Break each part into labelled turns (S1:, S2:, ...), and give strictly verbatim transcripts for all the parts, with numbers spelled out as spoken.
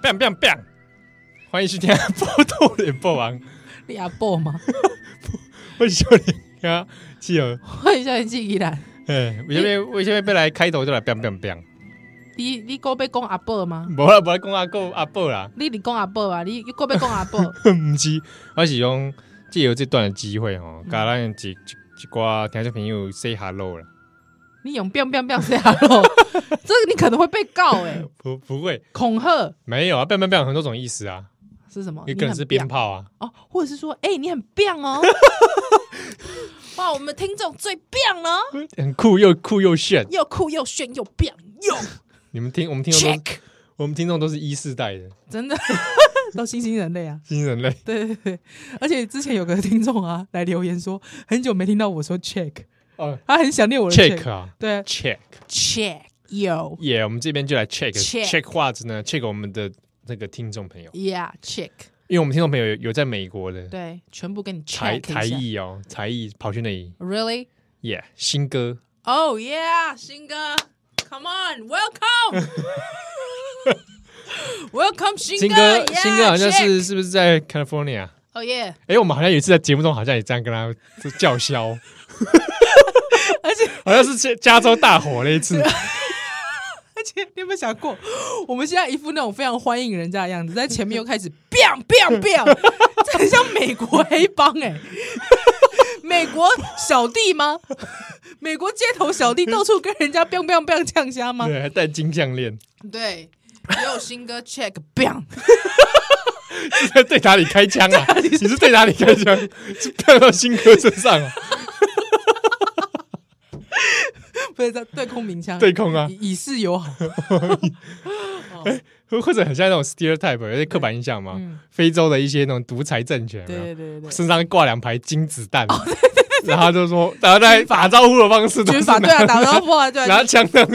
S1: ，biang biang biang， 欢迎收听《波多连播王》。
S2: 你阿伯吗？
S1: 我是少年啊，是哦。
S2: 欢迎少年纪依然。
S1: 哎，为什么为什么要来开头就来 biang biang biang？
S2: 你你哥要讲阿伯吗？
S1: 无啦，无来讲阿哥阿伯啦。
S2: 你你讲阿伯啊？你你哥要讲阿伯？
S1: 唔是，我是用借由这段的机会吼，跟咱一一一寡听众朋友 say hello 啦。
S2: 你用 biang biang biang say hello， 这个你可能会被告哎、欸。
S1: 不不会，
S2: 恐吓
S1: 没有啊 ，biang biang biang 很多种意思啊。
S2: 是什么？
S1: 也可能是鞭炮啊。
S2: 哦，或者是说，哎、欸，你很 biang 哦。哇，我们听众最 biang 了，
S1: 很酷又酷又炫，
S2: 又酷又炫又 biang 又。你
S1: 们听，我们听众都，我们听众都是一世代的，真的
S2: 都新兴人类啊，
S1: 新人类。
S2: 对对对，而且之前有个听众啊来留言说，很久没听到我说 check， 哦，他很想念我的 check,
S1: check 啊，
S2: 对
S1: check
S2: check yo，
S1: 耶、yeah, ，我们这边就来 check
S2: check,
S1: check 话子呢 ，check 我们的那个听众朋友
S2: ，yeah check，
S1: 因为我们听众朋友有有在美国的，
S2: 对，全部跟你 check
S1: 台台艺哦，台艺跑去那里
S2: ，really，
S1: yeah， 新歌
S2: ，oh yeah， 新歌。Come on, welcome, welcome 新歌，
S1: 新歌
S2: yeah,
S1: 新歌好像是
S2: check.
S1: 是不是在 California？
S2: 哦耶！
S1: 哎，我们好像有一次在节目中好像也这样跟他叫嚣，
S2: 而且
S1: 好像是加州大火那一次。
S2: 而且你有没有想过，我们现在一副那种非常欢迎人家的样子，在前面又开始 biang biang biang， 这很像美国黑帮哎、欸，美国小弟吗？美国街头小弟到处跟人家 biang biang biang 呛虾吗？
S1: 对，还戴金项链。
S2: 对，也有新歌 check biang，
S1: 是在对哪里开枪啊？你是对哪里开枪？是飙到新歌身上啊？
S2: 不是在对空鸣枪，
S1: 对空啊，
S2: 以, 以示友好。
S1: 欸、或者很像那种 stereotype， 有些刻板印象嘛、嗯。非洲的一些那种独裁政权，
S2: 对对对对，
S1: 身上挂两排金子弹，哦、对对对然后就说，然后在打招呼的方式，
S2: 军法对啊，打招呼啊，对啊，
S1: 拿枪这样，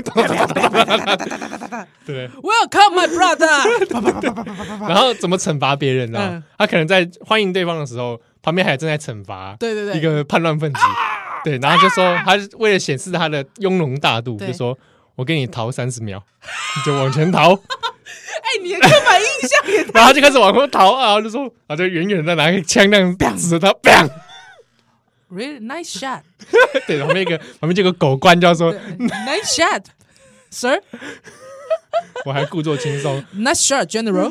S1: 对
S2: ，Welcome my brother，
S1: 然后怎么惩罚别人呢、嗯？他可能在欢迎对方的时候，旁边还正在惩罚，对对对，一个叛乱分子。对，然后就说他为了显示他的雍容大度，就说我给你逃三十秒，你就往前逃。
S2: 哎、欸，你的刻板印象也……
S1: 然后他就开始往后逃啊，然后就说，然后就远远的拿个枪那样指着他
S2: ，Really nice shot。
S1: 对，旁边一个旁边这个狗官叫说
S2: ，Nice shot, sir。
S1: 我还故作轻松
S2: ，Nice shot, General。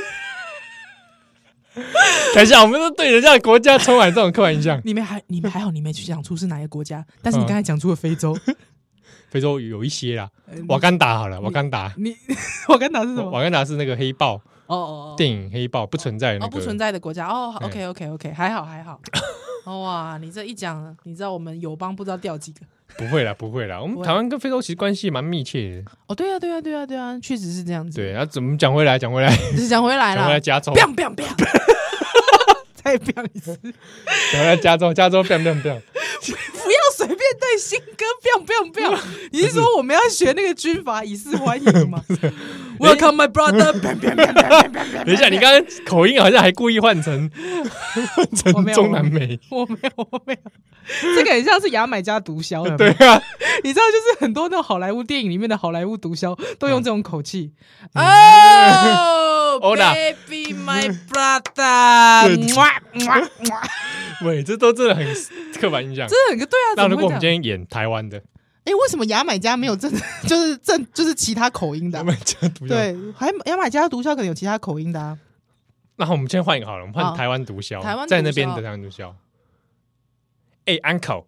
S1: 等一下，我们都对人家的国家充满这种刻板印象。
S2: 你们还你们还好，你没去讲出是哪个国家，但是你刚才讲出了非洲，
S1: 非洲有一些啦。瓦干达好了，瓦干达，
S2: 你瓦干达是什么？
S1: 瓦干达是那个黑豹
S2: 哦哦，
S1: 电影黑豹不存在的那个、
S2: 哦、不存在的国家哦。OK OK OK， 还好还好。哇，你这一讲，你知道我们友邦不知道掉几个？
S1: 不会啦，不会啦，我们台湾跟非洲其实关系蛮密切的。
S2: 哦，对啊，对啊，对啊，对啊，确实是这样子。
S1: 对啊，怎么讲回来？讲回来，
S2: 讲回来了，
S1: 讲回来加州
S2: ，biang biang biang， 再 biang 一次，
S1: 讲回来加州，加州 biang biang biang，
S2: 不要随便对新歌 biang biang biang。你是说我们要学那个军阀以示欢迎吗 ？Welcome my brother， biang biang biang biang biang。
S1: 等一下，你刚刚口音好像还故意换成换成中南美，
S2: 我没有，我没有。这个很像是牙买加毒枭的，
S1: 对啊，
S2: 你知道，就是很多那种好莱坞电影里面的好莱坞毒枭都用这种口气。
S1: 嗯、
S2: Oh, baby, my brother，
S1: 喂，这都真的很刻板印象，
S2: 真的很对啊。
S1: 那如果我们今天演台湾的，
S2: 哎、欸，为什么牙买加没有正，就是正，就是其他口音的、啊？
S1: 牙买加毒枭，
S2: 对，还牙买加毒枭可能有其他口音的啊。
S1: 那我们先换一个好了，我们换台湾毒枭，台湾在那边的台湾毒枭。哎、欸、，uncle，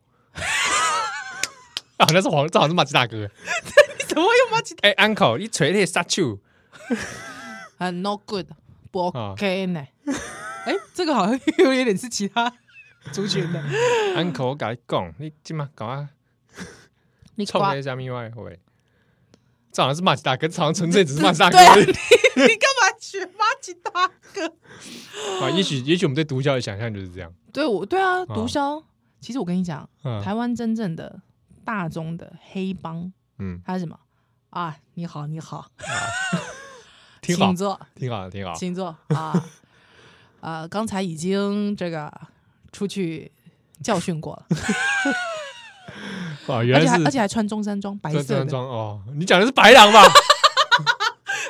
S1: 啊，那是黄，这好像是马吉大哥。
S2: 你怎么会用马吉？
S1: 哎、欸、，uncle， 你捶那杀手，
S2: 很 no good， 不 OK 呢？哎、欸，这个好像有点是其他族群的。
S1: uncle， 我跟你讲，你今嘛搞啊，你冲那下面外会，这好像是马吉大哥，这好像纯粹只是马吉大哥。
S2: 对啊，你你干嘛学马吉大哥？
S1: 啊，也许也许我们对毒枭的想象就是这样。
S2: 对，我对啊，毒枭。其实我跟你讲、
S1: 嗯，
S2: 台湾真正的大宗的黑帮，嗯，它是什么啊？你好，你好，啊、
S1: 挺好，
S2: 请坐，
S1: 挺好，挺好，
S2: 请坐啊！呃，刚才已经这个出去教训过了，
S1: 哦，原来是，
S2: 而且还而且还穿中山装，白色的
S1: 中山装哦。你讲的是白狼吧？
S2: 我以为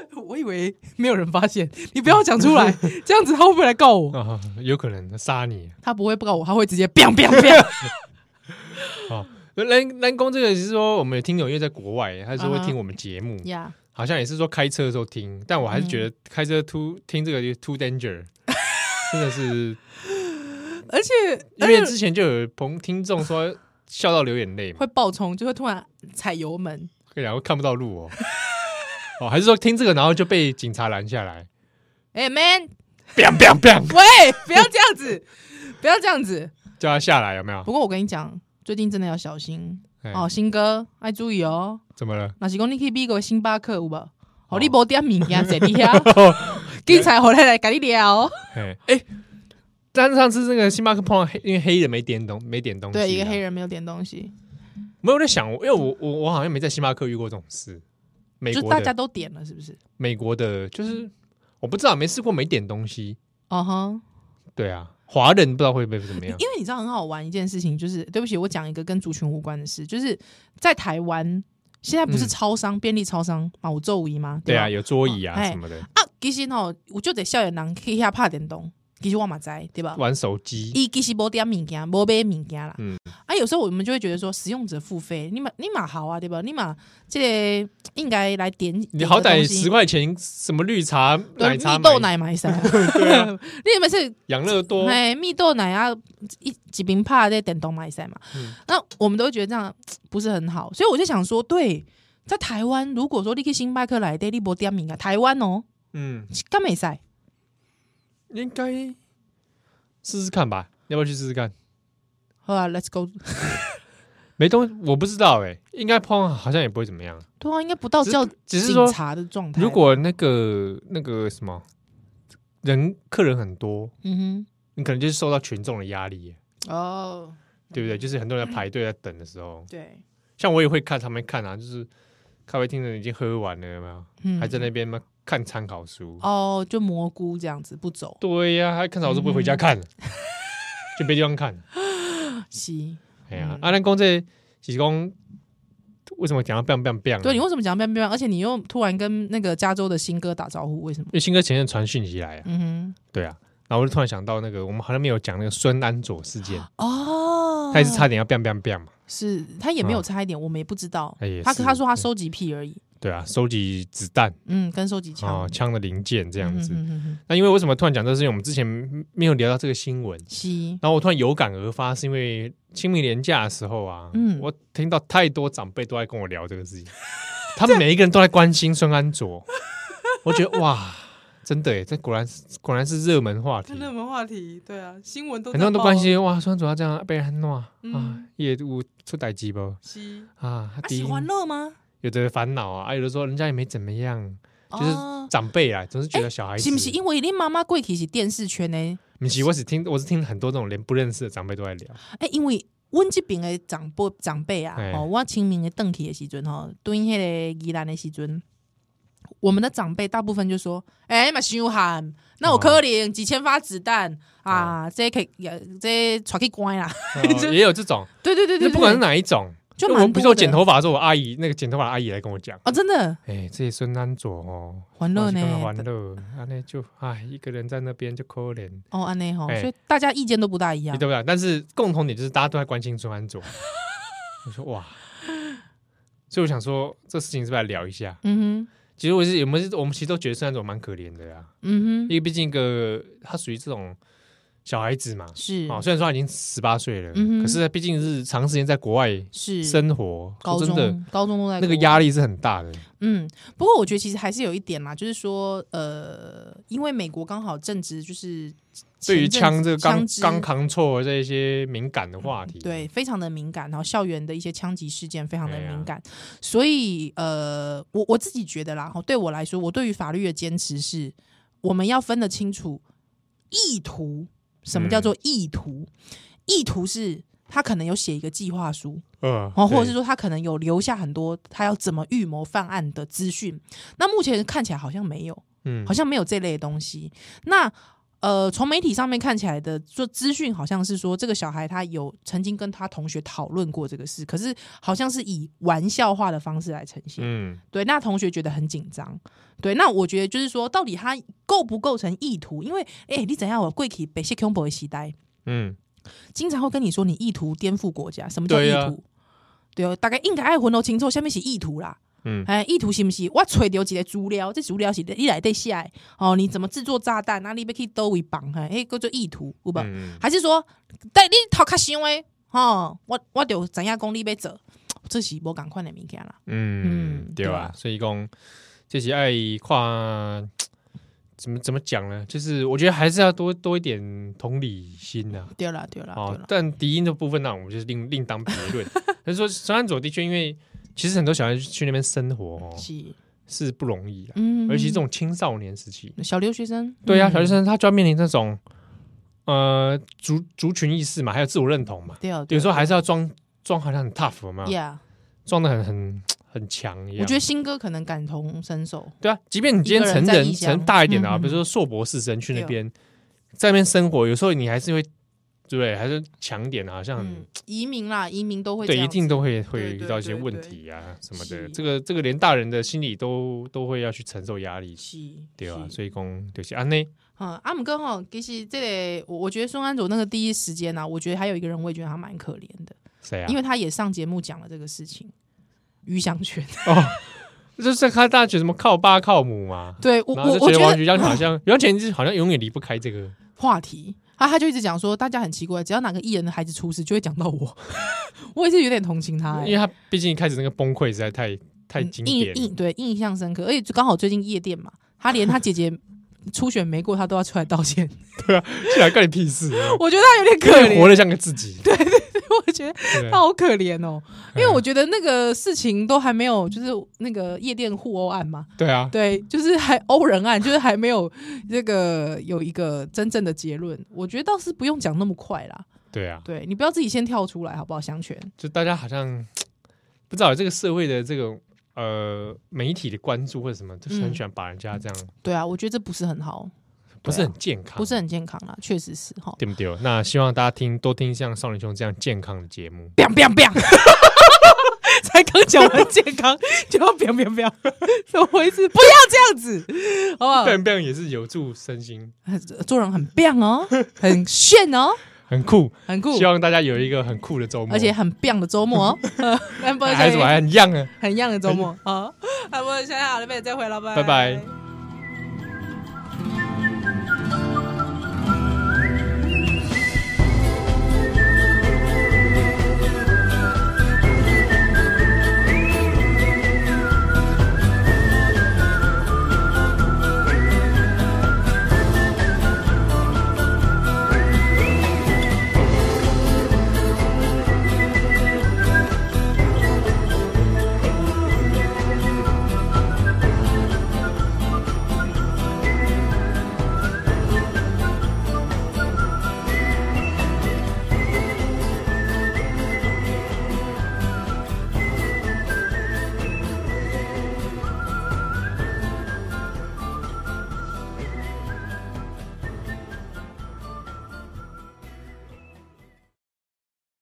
S2: 为没有人发现？你不要讲出来，这样子他会不会来告我？
S1: 啊、有可能杀你。
S2: 他不会告我，他会直接 biang biang biang。
S1: 哦，蓝蓝公这个是说，我们有听友因为在国外，他说会听我们节目，
S2: uh-huh.
S1: 好像也是说开车的时候听，但我还是觉得开车 too、嗯、听这个 too danger， 真的是。
S2: 而且
S1: 因为之前就有朋听众说笑到流眼泪嘛，
S2: 会爆冲，就会突然踩油门，
S1: 然后看不到路哦。哦，还是说听这个然后就被警察拦下来？
S2: 哎、欸、，man，
S1: biang biang biang，
S2: 喂，不要这样子，不要这样子，
S1: 叫他下来有没有？
S2: 不过我跟你讲，最近真的要小心哦，新哥爱注意哦。
S1: 怎么了？
S2: 那是讲你去美国星巴克有无？哦，你无点物件坐你遐，警察回来来跟你聊。
S1: 哎哎，但是上次那个星巴克碰到黑，因为黑人没点东没点东西，
S2: 对，一个黑人没有点东西。
S1: 没有在想，因为我我我好像没在星巴克遇过这种事。美国的
S2: 就大家都点了，是不是？
S1: 美国的，就是我不知道，没试过没点东西。
S2: 哦哈，
S1: 对啊，华人不知道会不会怎么样。
S2: 因为你知道很好玩一件事情，就是对不起，我讲一个跟族群无关的事，就是在台湾现在不是超商、嗯、便利超商嘛，有座椅吗？
S1: 对啊，有桌椅啊、哦、什么的
S2: 啊。其实吼，我就得少年人去遐拍电动。其实我嘛知对吧？
S1: 玩手机，
S2: 伊其实无点物件，无买物件啦。嗯，啊，有时候我们就会觉得说，使用者付费，你嘛你嘛好啊，对吧？你嘛这个应该来点，
S1: 你好歹十块钱什么绿茶奶茶
S2: 蜜豆奶买噻、啊，对啊，你们是
S1: 养乐多，
S2: 哎，蜜豆奶啊，一几瓶怕在电动买噻嘛、嗯。那我们都觉得这样不是很好，所以我就想说，对，在台湾，如果说你去星巴克来的，你无点名啊，台湾哦，嗯，干没噻。
S1: 应该试试看吧，要不要去试试看？
S2: 好啊 ，Let's go 。
S1: 没东西，我不知道哎、欸，应该碰好像也不会怎么样。
S2: 对啊，应该不到叫警察的状态。
S1: 如果那个那个什么人客人很多，嗯哼，你可能就是受到群众的压力哦，对不对？就是很多人在排队在等的时候，
S2: 对，
S1: 像我也会看他们看啊，就是咖啡厅的人已经喝完了，有没有？嗯、还在那边吗？看参考书
S2: 哦，就蘑菇这样子不走。
S1: 对呀、啊，还看参考书不会回家看，嗯、就没地方看。
S2: 是，
S1: 哎呀，阿南公这其实公为什么讲到 biang biang biang？
S2: 对，你为什么讲到 biang biang？ 而且你又突然跟那个加州的新哥打招呼，为什么？
S1: 因为新哥前天传讯息来啊，嗯哼，对啊，然后我就突然想到那个我们好像没有讲那个孙安佐事件哦，他也是差点要 biang biang biang 嘛，
S2: 是他也没有差一点，哦、我们也不知道，
S1: 哎、
S2: 他他说他收集屁而已。
S1: 对啊，收集子弹，
S2: 嗯，跟收集枪，
S1: 哦，枪的零件这样子。
S2: 嗯、哼哼哼，
S1: 那因为为什么突然讲这是因为我们之前没有聊到这个新闻，
S2: 是，
S1: 然后我突然有感而发，是因为清明连假的时候啊，嗯，我听到太多长辈都在跟我聊这个事情，他们每一个人都在关心孙安佐，我觉得哇，真的耶，这果然果然是热门话题，
S2: 热门话题，对啊，新闻都
S1: 很多人都关心哇，孙安佐要这样被人弄、嗯、啊，也有出代志不？
S2: 是
S1: 啊，
S2: 他喜欢乐吗？
S1: 有的烦恼啊，啊，有的说人家也没怎么样，哦、就是长辈啊，总是觉得小孩子、欸、
S2: 是不是因为你妈妈过去是电视圈呢？
S1: 不是，我是听我是听很多这种连不认识的长辈都在聊。
S2: 哎、欸，因为阮这边的长辈长辈啊，哦，我清明的登去的时阵吼，对迄个宜兰的时阵，我们的长辈大部分就说：“哎、欸，嘛伤悍，那有可能几千发子弹、哦、啊，这可以这传去关啦。
S1: 哦”也有这种，
S2: 对对对 对, 對，
S1: 不管是哪一种。
S2: 就
S1: 我比如说我剪头发的时候，我阿姨那个剪头发的阿姨来跟我讲
S2: 哦，真的，
S1: 哎、欸，这些孙安佐哦，
S2: 欢乐呢，
S1: 欢乐，安内就哎，一个人在那边就可怜
S2: 哦，安内哈，所以大家意见都不大一样，
S1: 对不对？但是共同点就是大家都在关心孙安佐。我说哇，所以我想说这事情是不是来聊一下？嗯哼，其实我是我们我们其实都觉得孙安佐蛮可怜的呀，嗯哼，因为毕竟一个他属于这种。小孩子嘛，
S2: 是
S1: 哦，虽然说他已经十八岁了、嗯，可是毕竟是长时间在国外生活，
S2: 高中
S1: 真的
S2: 高中都在
S1: 那个压力是很大的。
S2: 嗯，不过我觉得其实还是有一点啦，就是说，呃，因为美国刚好正值就是
S1: 对于枪这个刚刚扛错这些敏感的话题、嗯，
S2: 对，非常的敏感，然后校园的一些枪击事件非常的敏感，所以呃，我我自己觉得啦，对我来说，我对于法律的坚持是，我们要分得清楚意图。什么叫做意图？嗯、意图是他可能有写一个计划书，嗯，或者是说他可能有留下很多他要怎么预谋犯案的资讯。那目前看起来好像没有，嗯，好像没有这类的东西。那呃，从媒体上面看起来的说资讯好像是说这个小孩他有曾经跟他同学讨论过这个事，可是好像是以玩笑话的方式来呈现。嗯，对，那同学觉得很紧张。对，那我觉得就是说，到底他构不构成意图？因为哎、欸，你怎样我贵体北西恐怖的时代，嗯，经常会跟你说你意图颠覆国家，什么叫意图？对哦，大概应该爱混都清楚，下面是意图啦。嗯，哎，意图是不是？我找到一个资料，这资料是你来得下来哦？你怎么制作炸弹？那你要去倒位绑？哎，叫做意图，有无？嗯、还是说，但你头壳想的，吼，我我就怎样讲你要做，这是无同款的物件啦。嗯
S1: 嗯，对吧？所以讲，这是爱跨怎么怎么讲呢？就是我觉得还是要多多一点同理心呐、啊。
S2: 对啦，对啦，
S1: 哦，
S2: 对啦。
S1: 但敌音的部分呢，我们就是另另当别论。但是说松山左的确，因为其实很多小孩去那边生活哦，是是不容易的，嗯，尤其这种青少年时期，
S2: 小留学生，
S1: 对啊，小留学生他就要面临这种呃族族群意识嘛，还有自我认同嘛，
S2: 对啊，
S1: 有时候还是要装装好像很 tough 嘛，
S2: yeah，
S1: 装的很很很强一样。
S2: 我觉得新哥可能感同身受，
S1: 对啊，即便你今天成人成大一点的啊，嗯嗯，比如说硕博士生去那边，在那边生活，有时候你还是会。对不对？还是强点，好像、嗯、
S2: 移民啦，移民都会这样
S1: 对，一定都会会遇到一些问题啊什么的。这个这个连大人的心理都都会要去承受压力，对吧？所以讲就是安内。
S2: 嗯，阿姆哥哈，其实这个我我觉得孙安佐那个第一时间呢、啊，我觉得还有一个人，我也觉得他蛮可怜的。
S1: 谁啊？
S2: 因为他也上节目讲了这个事情，于祥全
S1: 哦。就是他大家觉得什么靠爸靠母嘛？
S2: 对，我我
S1: 我觉得王菊江好像于祥全好像永远离不开这个
S2: 话题。啊，他就一直讲说，大家很奇怪，只要哪个艺人的孩子出事，就会讲到我。我也是有点同情他、欸，
S1: 因为他毕竟一开始那个崩溃实在太太经典、
S2: 嗯，印对印象深刻，而且刚好最近夜店嘛，他连他姐姐初选没过，他都要出来道歉。
S1: 对啊，现在干你屁事！
S2: 我觉得他有点可怜，
S1: 活得像个自己。
S2: 对对对，我觉得他好可怜哦，因为我觉得那个事情都还没有，就是那个夜店互殴案嘛。
S1: 对啊，
S2: 对，就是还殴人案，就是还没有这个有一个真正的结论。我觉得倒是不用讲那么快啦。
S1: 对啊，
S2: 对你不要自己先跳出来好不好？祥全，
S1: 就大家好像不知道这个社会的这种呃媒体的关注或者什么，就是很喜欢把人家这样、嗯。
S2: 对啊，我觉得这不是很好。
S1: 不是很健康，
S2: 不是很健康啦，确实是哈，
S1: 对不对？那希望大家听多听像少年兄这样健康的节目。
S2: biang biang biang， 才刚讲完健康就要 biang biang biang， 怎么回事？不要这样子，好不好
S1: ？biang biang 也是有助身心，
S2: 做人很 biang 哦，很炫哦。
S1: 很酷，
S2: 很酷，
S1: 希望大家有一个很酷的周末，
S2: 而且很棒的周末哦。
S1: 还是我还很 young 啊，
S2: 很 young 的周末。好，那我们下下好了，再会了，拜
S1: 拜拜。